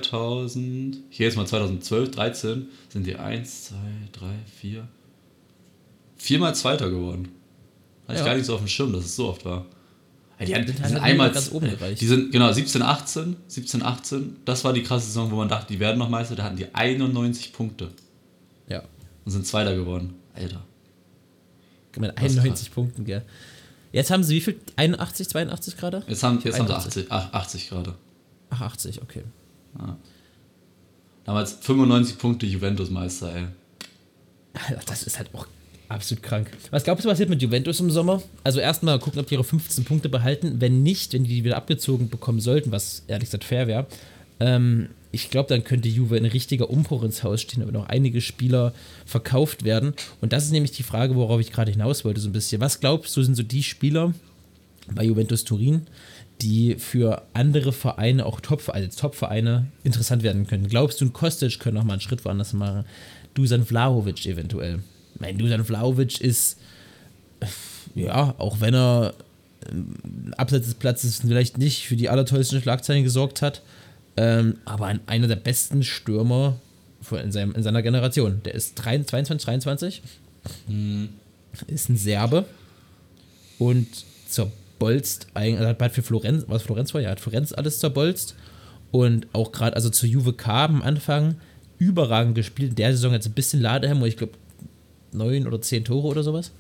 2012, 13 sind die 1, 2, 3, 4 viermal Zweiter geworden. Hatte ich gar nicht so auf dem Schirm, dass es so oft war. Die sind einmal ganz oben gereicht. Die sind, genau, 17, 18, das war die krasse Saison, wo man dachte, die werden noch Meister, da hatten die 91 Punkte. Ja. Und sind Zweiter geworden. Alter. Mit 91 Punkten, gell. Jetzt haben sie wie viel? 81, 82 gerade? Jetzt haben sie 80 gerade. Ach, 80, okay. Ja. Damals 95 Punkte Juventus-Meister, ey. Alter, das ist halt auch absolut krank. Was glaubst du, was passiert mit Juventus im Sommer? Also erstmal gucken, ob die ihre 15 Punkte behalten. Wenn nicht, wenn die wieder abgezogen bekommen sollten, was ehrlich gesagt fair wäre, ich glaube, dann könnte Juve ein richtiger Umbruch ins Haus stehen, aber noch einige Spieler verkauft werden. Und das ist nämlich die Frage, worauf ich gerade hinaus wollte, so ein bisschen. Was glaubst du, sind so die Spieler bei Juventus Turin, die für andere Vereine, auch Top-Vereine, interessant werden können? Glaubst du, ein Kostic könnte noch mal einen Schritt woanders machen? Dusan Vlahovic eventuell. Dusan Vlahovic ist, ja, auch wenn er abseits des Platzes vielleicht nicht für die allertollsten Schlagzeilen gesorgt hat, aber einer der besten Stürmer in seiner Generation. Der ist 22, 23, ist ein Serbe und zerbolzt eigentlich, also hat für Florenz, was Florenz war, ja, hat Florenz alles zerbolzt und auch gerade, also zur Juve kam am Anfang überragend gespielt. In der Saison jetzt ein bisschen Ladehemmung, ich glaube 9 oder 10 Tore oder sowas.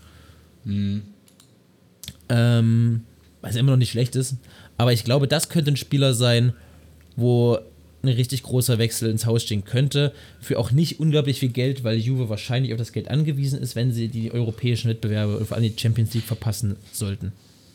Was immer noch nicht schlecht ist. Aber ich glaube, das könnte ein Spieler sein, wo ein richtig großer Wechsel ins Haus stehen könnte. Für auch nicht unglaublich viel Geld, weil Juve wahrscheinlich auf das Geld angewiesen ist, wenn sie die europäischen Wettbewerbe und vor allem die Champions League verpassen sollten.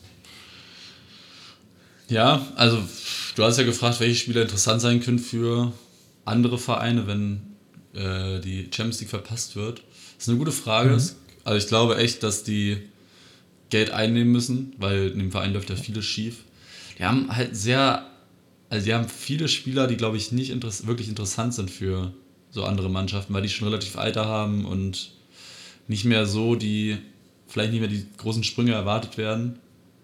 Ja, also du hast ja gefragt, welche Spieler interessant sein können für andere Vereine, wenn die Champions League verpasst wird. Das ist eine gute Frage. Also ich glaube echt, dass die Geld einnehmen müssen, weil in dem Verein läuft ja vieles schief. Die haben halt die haben viele Spieler, die, glaube ich, nicht wirklich interessant sind für so andere Mannschaften, weil die schon relativ Alter haben und nicht mehr so vielleicht nicht mehr die großen Sprünge erwartet werden.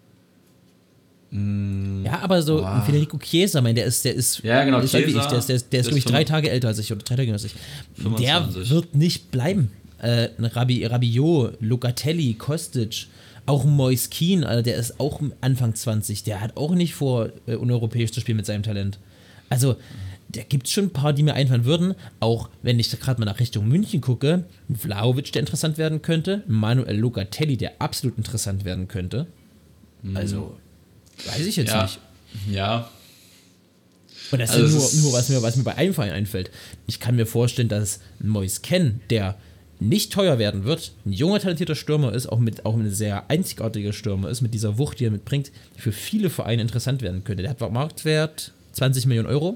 Ja, aber so ein Federico Chiesa, der ist ja, genau, Chiesa, der ist glaube ich 3 Tage älter als ich oder 3 Tage jünger als ich. 25. Der wird nicht bleiben. Rabiot, Locatelli, Kostic, auch Moise Kean, also der ist auch Anfang 20, der hat auch nicht vor, uneuropäisch zu spielen mit seinem Talent. Also, da gibt es schon ein paar, die mir einfallen würden, auch wenn ich gerade mal nach Richtung München gucke, Vlahovic, der interessant werden könnte, Manuel Locatelli, der absolut interessant werden könnte. Also, weiß ich jetzt nicht. Ja. Und das ist nur, was mir bei einem Verein einfällt. Ich kann mir vorstellen, dass Moise Kean, der nicht teuer werden wird, ein junger, talentierter Stürmer ist, auch ein sehr einzigartiger Stürmer ist, mit dieser Wucht, die er mitbringt, für viele Vereine interessant werden könnte. Der hat Marktwert 20 Millionen Euro.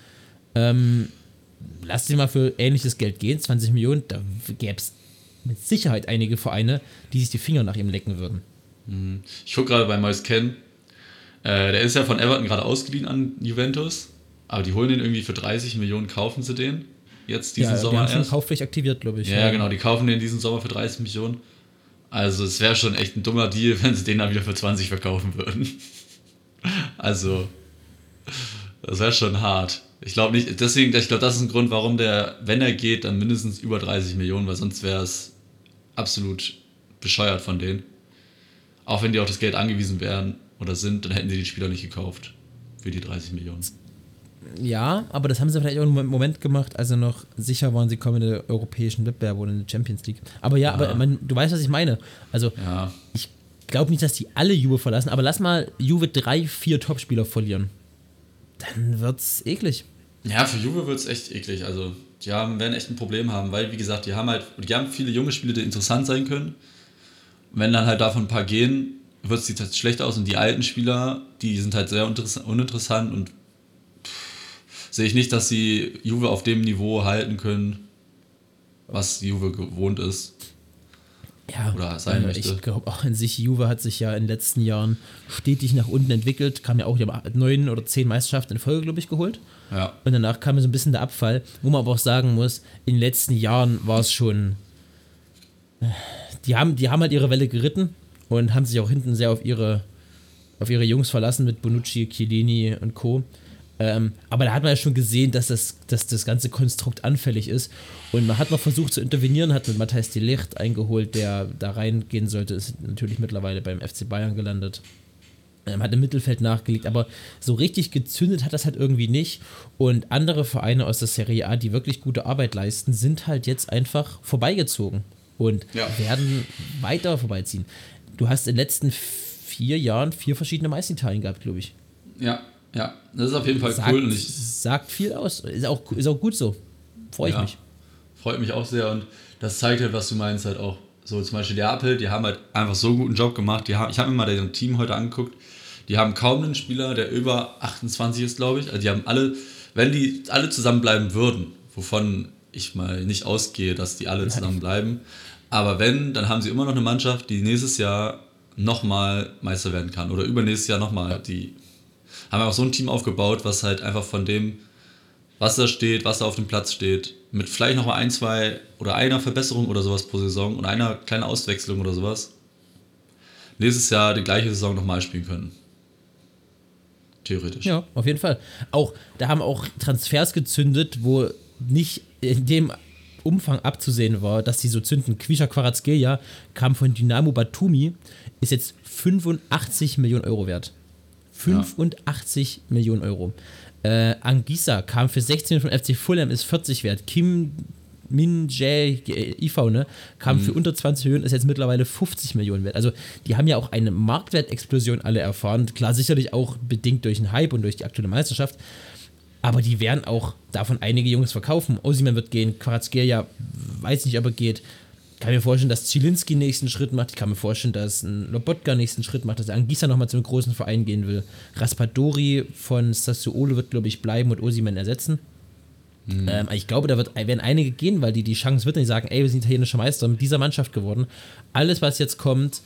Lass dir mal für ähnliches Geld gehen, 20 Millionen, da gäbe es mit Sicherheit einige Vereine, die sich die Finger nach ihm lecken würden. Ich gucke gerade bei Moise Kean, der ist ja von Everton gerade ausgeliehen an Juventus, aber die holen den irgendwie für 30 Millionen, kaufen sie den. Jetzt diesen Sommer erst. Ja, die haben schon Kaufpflicht aktiviert, glaube ich. Ja, genau, die kaufen den diesen Sommer für 30 Millionen. Also es wäre schon echt ein dummer Deal, wenn sie den dann wieder für 20 verkaufen würden. Also, das wäre schon hart. Ich glaube nicht, das ist ein Grund, warum wenn er geht, dann mindestens über 30 Millionen, weil sonst wäre es absolut bescheuert von denen. Auch wenn die auf das Geld angewiesen wären oder sind, dann hätten sie den Spieler nicht gekauft für die 30 Millionen. Ja, aber das haben sie vielleicht auch im Moment gemacht, als sie noch sicher waren, sie kommen in den europäischen Wettbewerb oder in die Champions League. Aber du weißt, was ich meine. Also, ich glaube nicht, dass die alle Juve verlassen, aber lass mal Juve 3-4 Topspieler verlieren. Dann wird's eklig. Ja, für Juve wird's echt eklig. Also, die werden echt ein Problem haben, weil, wie gesagt, die haben viele junge Spieler, die interessant sein können. Und wenn dann halt davon ein paar gehen, sieht das schlecht aus. Und die alten Spieler, die sind halt sehr uninteressant und sehe ich nicht, dass sie Juve auf dem Niveau halten können, was Juve gewohnt ist. Ja, oder sein möchte. Ich glaube auch an sich, Juve hat sich ja in den letzten Jahren stetig nach unten entwickelt, kam ja auch, die haben 9 oder 10 Meisterschaften in Folge, glaube ich, geholt. Ja. Und danach kam ja so ein bisschen der Abfall, wo man aber auch sagen muss, in den letzten Jahren war es schon, die haben halt ihre Welle geritten und haben sich auch hinten sehr auf ihre Jungs verlassen mit Bonucci, Chiellini und Co. Aber da hat man ja schon gesehen, dass das ganze Konstrukt anfällig ist. Und man hat noch versucht zu intervenieren, hat mit Matthijs de Ligt eingeholt, der da reingehen sollte, ist natürlich mittlerweile beim FC Bayern gelandet. Hat im Mittelfeld nachgelegt, aber so richtig gezündet hat das halt irgendwie nicht. Und andere Vereine aus der Serie A, die wirklich gute Arbeit leisten, sind halt jetzt einfach vorbeigezogen und werden weiter vorbeiziehen. Du hast in den letzten 4 Jahren 4 verschiedene Meisterschaften gehabt, glaube ich. Ja, das ist auf jeden Fall cool. Und sagt viel aus. Ist auch gut so. Freue ich mich. Freut mich auch sehr und das zeigt halt, was du meinst halt auch. So zum Beispiel Neapel, die haben halt einfach so einen guten Job gemacht. Ich habe mir mal deren Team heute angeguckt. Die haben kaum einen Spieler, der über 28 ist, glaube ich. Also die haben alle, wenn die alle zusammenbleiben würden, wovon ich mal nicht ausgehe, dass die alle zusammenbleiben, aber wenn, dann haben sie immer noch eine Mannschaft, die nächstes Jahr nochmal Meister werden kann oder übernächstes Jahr nochmal. Die haben auch so ein Team aufgebaut, was halt einfach von dem, was da steht, was da auf dem Platz steht, mit vielleicht nochmal 1, 2 oder einer Verbesserung oder sowas pro Saison und einer kleinen Auswechslung oder sowas, nächstes Jahr die gleiche Saison nochmal spielen können. Theoretisch. Ja, auf jeden Fall. Da haben auch Transfers gezündet, wo nicht in dem Umfang abzusehen war, dass die so zünden. Kvisha Kvaratskhelia kam von Dynamo Batumi, ist jetzt 85 Millionen Euro wert. 85 Millionen Euro. Anguissa kam für 16 von FC Fulham, ist 40 wert. Kim Min-jae IV, ne, kam für unter 20 Millionen, ist jetzt mittlerweile 50 Millionen wert. Also die haben ja auch eine Marktwertexplosion alle erfahren. Klar, sicherlich auch bedingt durch den Hype und durch die aktuelle Meisterschaft. Aber die werden auch davon einige Jungs verkaufen. Osimhen wird gehen, Kvaratskhelia, weiß nicht, ob er geht. Kann mir vorstellen, dass Zielinski nächsten Schritt macht. Ich kann mir vorstellen, dass ein Lobotka nächsten Schritt macht, dass Anguissa nochmal zu einem großen Verein gehen will. Raspadori von Sassuolo wird, glaube ich, bleiben und Osimhen ersetzen. Ich glaube, da werden einige gehen, weil die Chance wird, und die sagen, ey, wir sind italienischer Meister mit dieser Mannschaft geworden. Alles, was jetzt kommt,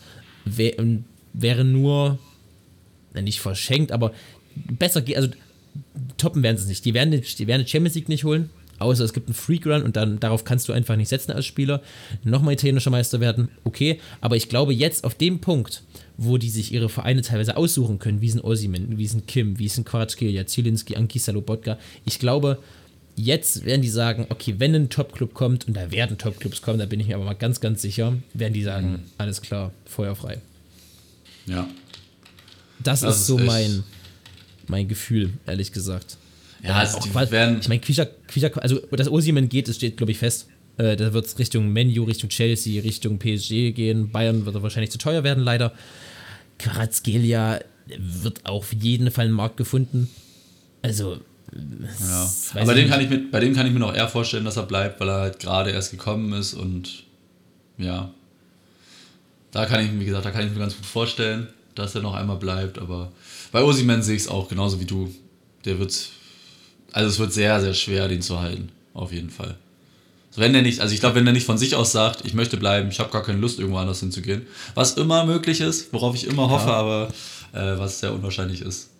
wäre nur, nicht verschenkt, aber besser geht, also toppen werden sie es nicht. Die werden die Champions League nicht holen, außer es gibt einen Freak Run und dann darauf kannst du einfach nicht setzen als Spieler. Nochmal italienischer Meister werden, okay, aber ich glaube jetzt auf dem Punkt, wo die sich ihre Vereine teilweise aussuchen können, wie ist ein Osimhen, wie ist ein Kim, wie ist ein Kvaratskhelia, Zielinski, Anguissa, Lobotka, ich glaube, jetzt werden die sagen, okay, wenn ein Top-Club kommt, und da werden Top-Clubs kommen, da bin ich mir aber mal ganz, ganz sicher, werden die sagen, alles klar, feuerfrei. Ja. Das ist so mein Gefühl, ehrlich gesagt. Ja, also ich meine, Kvisha, also dass Osimhen geht, das steht, glaube ich, fest. Da wird es Richtung Man U, Richtung Chelsea, Richtung PSG gehen. Bayern wird er wahrscheinlich zu teuer werden, leider. Kvaratskhelia wird auch auf jeden Fall einen Markt gefunden. Also, ja. Aber bei dem kann ich mir noch eher vorstellen, dass er bleibt, weil er halt gerade erst gekommen ist und ja, da kann ich mir ganz gut vorstellen, dass er noch einmal bleibt, aber bei Osimhen sehe ich es auch genauso wie du. Es wird sehr, sehr schwer, den zu halten, auf jeden Fall. Wenn der nicht von sich aus sagt, ich möchte bleiben, ich habe gar keine Lust, irgendwo anders hinzugehen, was immer möglich ist, worauf ich immer hoffe, aber was sehr unwahrscheinlich ist,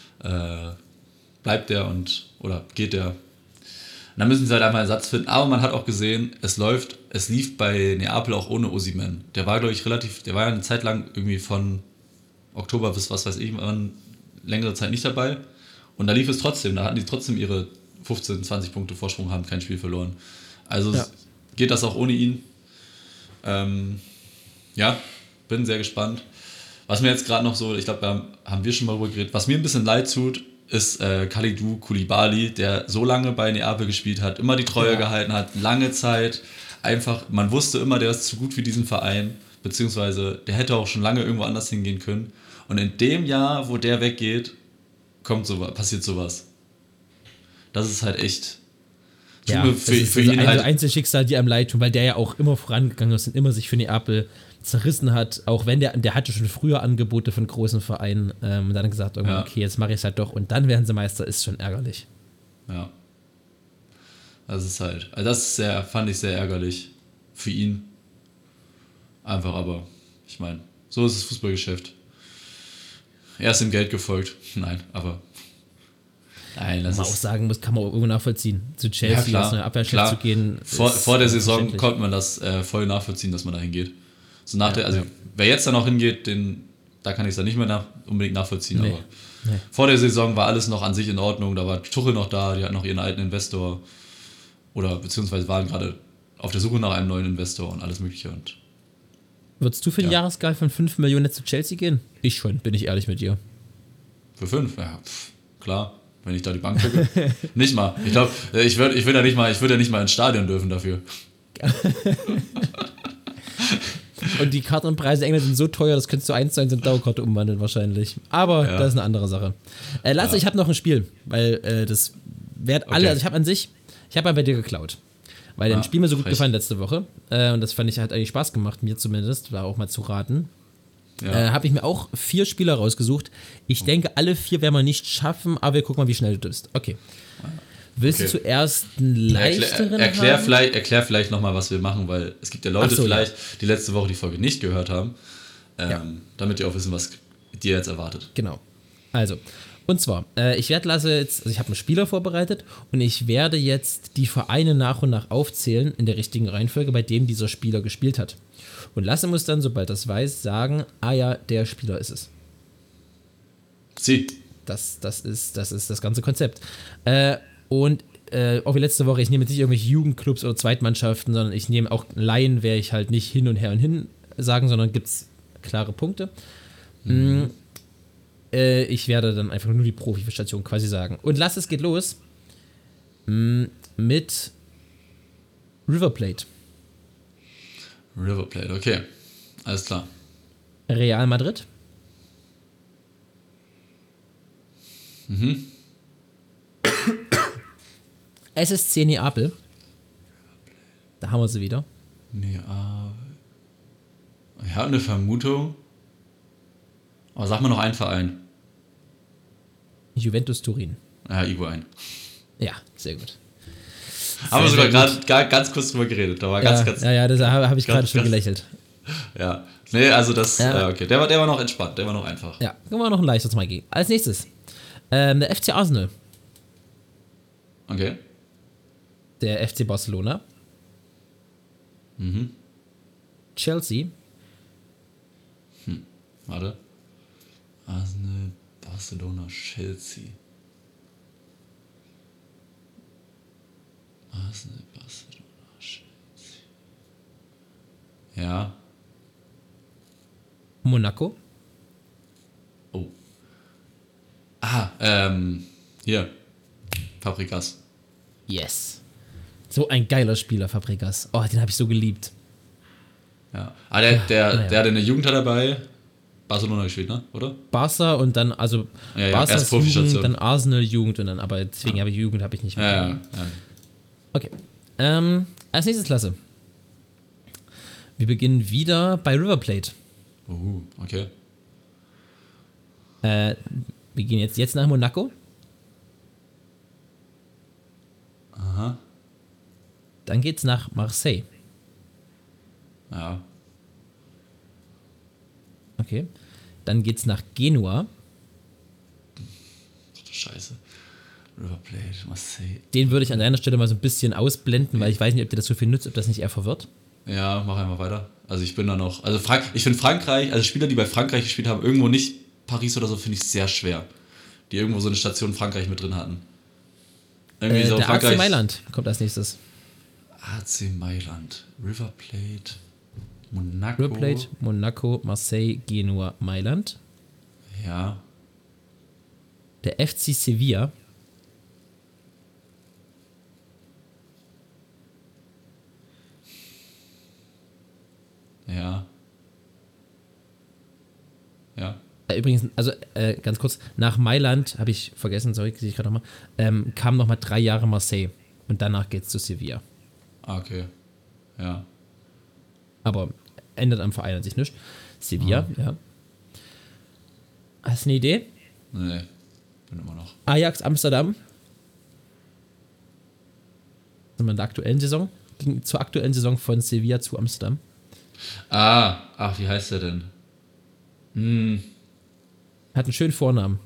bleibt der oder geht der. Und dann müssen sie halt einfach einen Ersatz finden. Aber man hat auch gesehen, es lief bei Neapel auch ohne Osimhen. Der war, glaube ich, der war ja eine Zeit lang irgendwie von Oktober bis was weiß ich, längere Zeit nicht dabei. Und da lief es trotzdem. Da hatten die trotzdem ihre 15, 20 Punkte Vorsprung, haben kein Spiel verloren. Also geht das auch ohne ihn. Bin sehr gespannt. Was mir jetzt gerade noch so, ich glaube, da haben wir schon mal drüber geredet, was mir ein bisschen leid tut, ist Kalidou Koulibaly, der so lange bei Neapel gespielt hat, immer die Treue gehalten hat, lange Zeit. Einfach, man wusste immer, der ist zu gut für diesen Verein, beziehungsweise der hätte auch schon lange irgendwo anders hingehen können. Und in dem Jahr, wo der weggeht, passiert sowas. Das ist halt echt. Für ihn halt Einzelschicksal, die einem leid tun, weil der ja auch immer vorangegangen ist und immer sich für Neapel zerrissen hat, auch wenn der hatte schon früher Angebote von großen Vereinen und dann gesagt, okay, jetzt mache ich es halt doch und dann werden sie Meister, ist schon ärgerlich. Ja. Fand ich sehr ärgerlich für ihn. Einfach, aber ich meine, so ist das Fußballgeschäft. Er ist dem Geld gefolgt. Nein, das man auch sagen muss, kann man auch irgendwo nachvollziehen. Zu Chelsea aus einer Abwehrchef zu gehen. Vor der Saison konnte man das voll nachvollziehen, dass man dahin geht. So wer jetzt da noch hingeht, da kann ich es dann nicht mehr unbedingt nachvollziehen. Nee. Aber vor der Saison war alles noch an sich in Ordnung. Da war Tuchel noch da, die hatten noch ihren alten Investor beziehungsweise waren gerade auf der Suche nach einem neuen Investor und alles Mögliche. Und Würdest du für ein Jahresgehalt von 5 Millionen zu Chelsea gehen? Ich schon, bin ich ehrlich mit dir. Für 5? Ja, klar. Wenn ich da die Bank drücke. Nicht mal. Ich glaube, ich würde ja nicht mal ins Stadion dürfen dafür. Und die Kartenpreise in England sind so teuer, das könntest du 1:1 in Dauerkarte umwandeln wahrscheinlich. Aber das ist eine andere Sache. Lasse, ich habe noch ein Spiel, weil das wird alle, also ich habe bei dir geklaut. Weil dein Spiel mir so gut gefallen letzte Woche. Und das fand ich, hat eigentlich Spaß gemacht, mir zumindest, war auch mal zu raten. Ja. Habe ich mir auch 4 Spieler rausgesucht. Ich denke, alle 4 werden wir nicht schaffen, aber wir gucken mal, wie schnell du bist. Okay. Willst du zuerst einen leichteren erklär vielleicht nochmal, was wir machen, weil es gibt ja Leute die letzte Woche die Folge nicht gehört haben, damit die auch wissen, was dir jetzt erwartet. Genau. Also, und zwar, ich habe einen Spieler vorbereitet und ich werde jetzt die Vereine nach und nach aufzählen in der richtigen Reihenfolge, bei dem dieser Spieler gespielt hat. Und Lasse muss dann, sobald das weiß, sagen, der Spieler ist es. Das ist das ganze Konzept. Und auch wie letzte Woche, ich nehme jetzt nicht irgendwelche Jugendclubs oder Zweitmannschaften, sondern ich nehme auch Laien, werde ich halt nicht hin und her und hin sagen, sondern gibt es klare Punkte. Ich werde dann einfach nur die Profistation quasi sagen. Und es geht los mit River Plate. River Plate, okay. Alles klar. Real Madrid. SSC Neapel. Da haben wir sie wieder. Neapel. Ich habe eine Vermutung. Aber sag mal noch einen Verein. Juventus Turin. Ja, Iguain. Ja, sehr gut. Haben wir sogar gerade ganz kurz drüber geredet. Da war das habe ich gerade schon gelächelt. Ja, nee, also das, okay. Der war noch entspannt, der war noch einfach. Ja, können wir noch ein leichtes Mal gehen. Als nächstes, der FC Arsenal. Okay. Der FC Barcelona. Chelsea. Warte. Arsenal, Barcelona, Chelsea. Arsenal, Barcelona, Chelsea. Ja. Monaco. Oh. Hier. Fabregas. Yes. So ein geiler Spieler, Fabregas. Oh, den habe ich so geliebt. Ja. Der hat in der Jugend dabei Barcelona gespielt, ne? Oder? Barca und dann, also Barca's Jugend, dann Arsenal Jugend und dann, aber deswegen habe ich Jugend nicht mehr. Ja. Okay. Als nächstes Klasse. Wir beginnen wieder bei River Plate. Okay. Wir gehen jetzt nach Monaco. Aha. Dann geht's nach Marseille. Ja. Okay. Dann geht's nach Genua. Scheiße. River Plate, Marseille. Den würde ich an deiner Stelle mal so ein bisschen ausblenden, weil ich weiß nicht, ob dir das so viel nützt, ob das nicht eher verwirrt. Ja, mach einfach weiter. Also ich bin da noch. Also ich finde Frankreich, also Spieler, die bei Frankreich gespielt haben, irgendwo nicht Paris oder so, finde ich sehr schwer. Die irgendwo so eine Station Frankreich mit drin hatten. Irgendwie so der Frankreich. AC Mailand kommt als nächstes. AC Mailand, River Plate, Monaco. River Plate, Monaco, Marseille, Genua, Mailand. Ja. Der FC Sevilla. Ja. Ja. Übrigens, also ganz kurz, nach Mailand, habe ich vergessen, sorry, sehe ich gerade nochmal, kam nochmal 3 Jahre Marseille und danach geht's zu Sevilla. Okay. Ja. Aber ändert am Verein an sich nichts. Sevilla, ja. Hast du eine Idee? Nee, bin immer noch. Ajax Amsterdam. In der aktuellen Saison. Ging zur aktuellen Saison von Sevilla zu Amsterdam. Wie heißt der denn? Hat einen schönen Vornamen.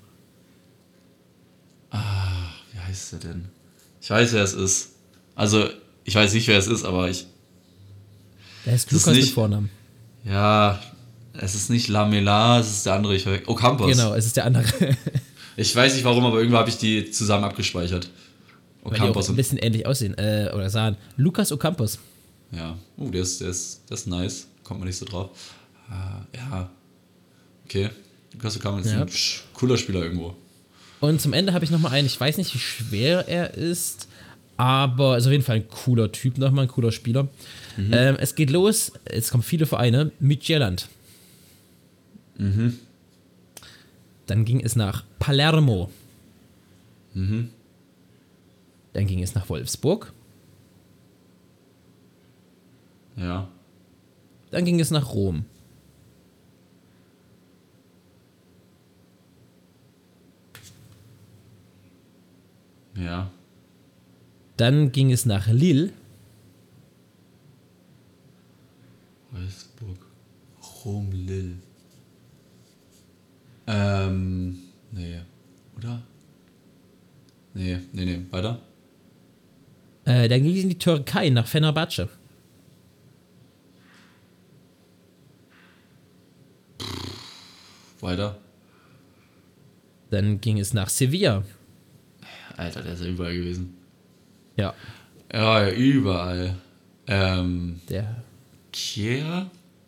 Wie heißt der denn? Ich weiß, wer es ist. Also, ich weiß nicht, wer es ist, aber Der heißt Lukas mit Vornamen. Ja, es ist nicht Lamela, es ist der andere. Ocampos. Genau, es ist der andere. Ich weiß nicht warum, aber irgendwo habe ich die zusammen abgespeichert. Weil die auch ein bisschen ähnlich aussehen oder sahen. Lukas Ocampos. Ja, der ist nice. Kommt man nicht so drauf. Ja. Okay. Kasukama ist ein cooler Spieler irgendwo. Und zum Ende habe ich nochmal einen, ich weiß nicht, wie schwer er ist, aber ist auf jeden Fall ein cooler Typ nochmal, ein cooler Spieler. Es geht los, jetzt kommen viele Vereine, Midtjylland. Dann ging es nach Palermo. Dann ging es nach Wolfsburg. Ja. Dann ging es nach Rom. Ja. Dann ging es nach Lille. Wolfsburg. Rom, Lille. Nee. Oder? Nee. Weiter? Dann ging es in die Türkei, nach Fenerbahce. Weiter? Dann ging es nach Sevilla. Alter, der ist ja überall gewesen. Ja. Ja, überall. Der. Chiesa?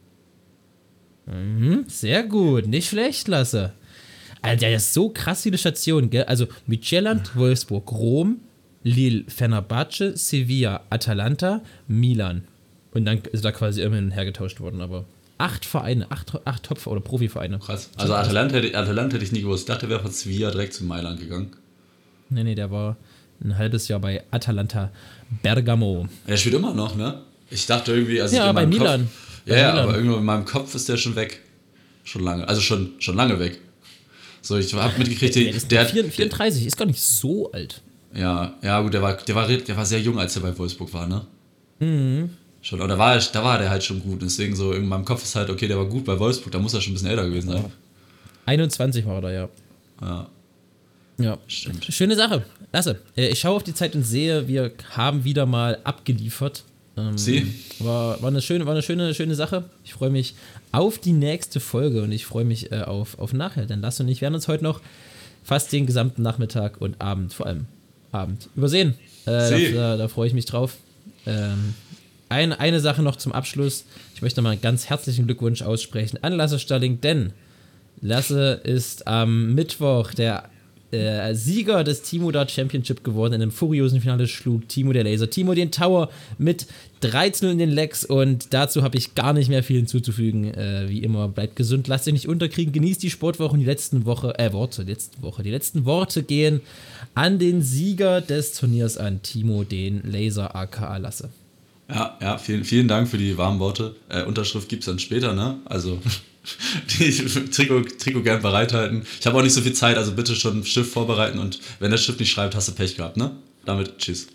Sehr gut, nicht schlecht, Lasse. Alter, der ist so krass viele Stationen, gell? Also Midtjylland, Wolfsburg, Rom, Lille, Fenerbahce, Sevilla, Atalanta, Milan. Und dann ist da quasi immerhin hergetauscht worden, aber 8 Vereine, 8 Top- oder Profivereine. Krass. Also Atalanta hätte ich nie gewusst. Ich dachte, der wäre von Sevilla direkt zu Mailand gegangen. Nee, der war ein halbes Jahr bei Atalanta Bergamo. Der spielt immer noch, ne? Ich dachte irgendwie, also ja, bei Milan. Ja, aber irgendwo in meinem Kopf ist der schon weg. Schon lange. Also schon lange weg. So, ich habe mitgekriegt, der 34, ist gar nicht so alt. Ja, gut, der war sehr jung, als er bei Wolfsburg war, ne? Schon, oder da war der halt schon gut. Deswegen so in meinem Kopf ist halt, okay, der war gut bei Wolfsburg, da muss er schon ein bisschen älter gewesen sein. 21 war er da, ja. Ja, stimmt. Schöne Sache. Lasse, ich schaue auf die Zeit und sehe, wir haben wieder mal abgeliefert. War eine schöne Sache. Ich freue mich auf die nächste Folge und ich freue mich auf nachher. Denn Lasse und ich werden uns heute noch fast den gesamten Nachmittag und Abend, vor allem Abend, übersehen. Da freue ich mich drauf. Eine Sache noch zum Abschluss. Ich möchte mal einen ganz herzlichen Glückwunsch aussprechen an Lasse Stalling, denn Lasse ist am Mittwoch der Sieger des Timo Dart Championship geworden. In einem furiosen Finale schlug Timo der Laser Timo den Tower mit 13 in den Legs und dazu habe ich gar nicht mehr viel hinzuzufügen. Wie immer, bleibt gesund, lasst euch nicht unterkriegen, genießt die Sportwoche und die letzten Worte gehen an den Sieger des Turniers, an Timo den Laser aka Lasse. Ja, vielen Dank für die warmen Worte. Unterschrift gibt es dann später, ne? Also die Trikot gern bereithalten. Ich habe auch nicht so viel Zeit, also bitte schon ein Stift vorbereiten und wenn der Stift nicht schreibt, hast du Pech gehabt, ne? Damit tschüss.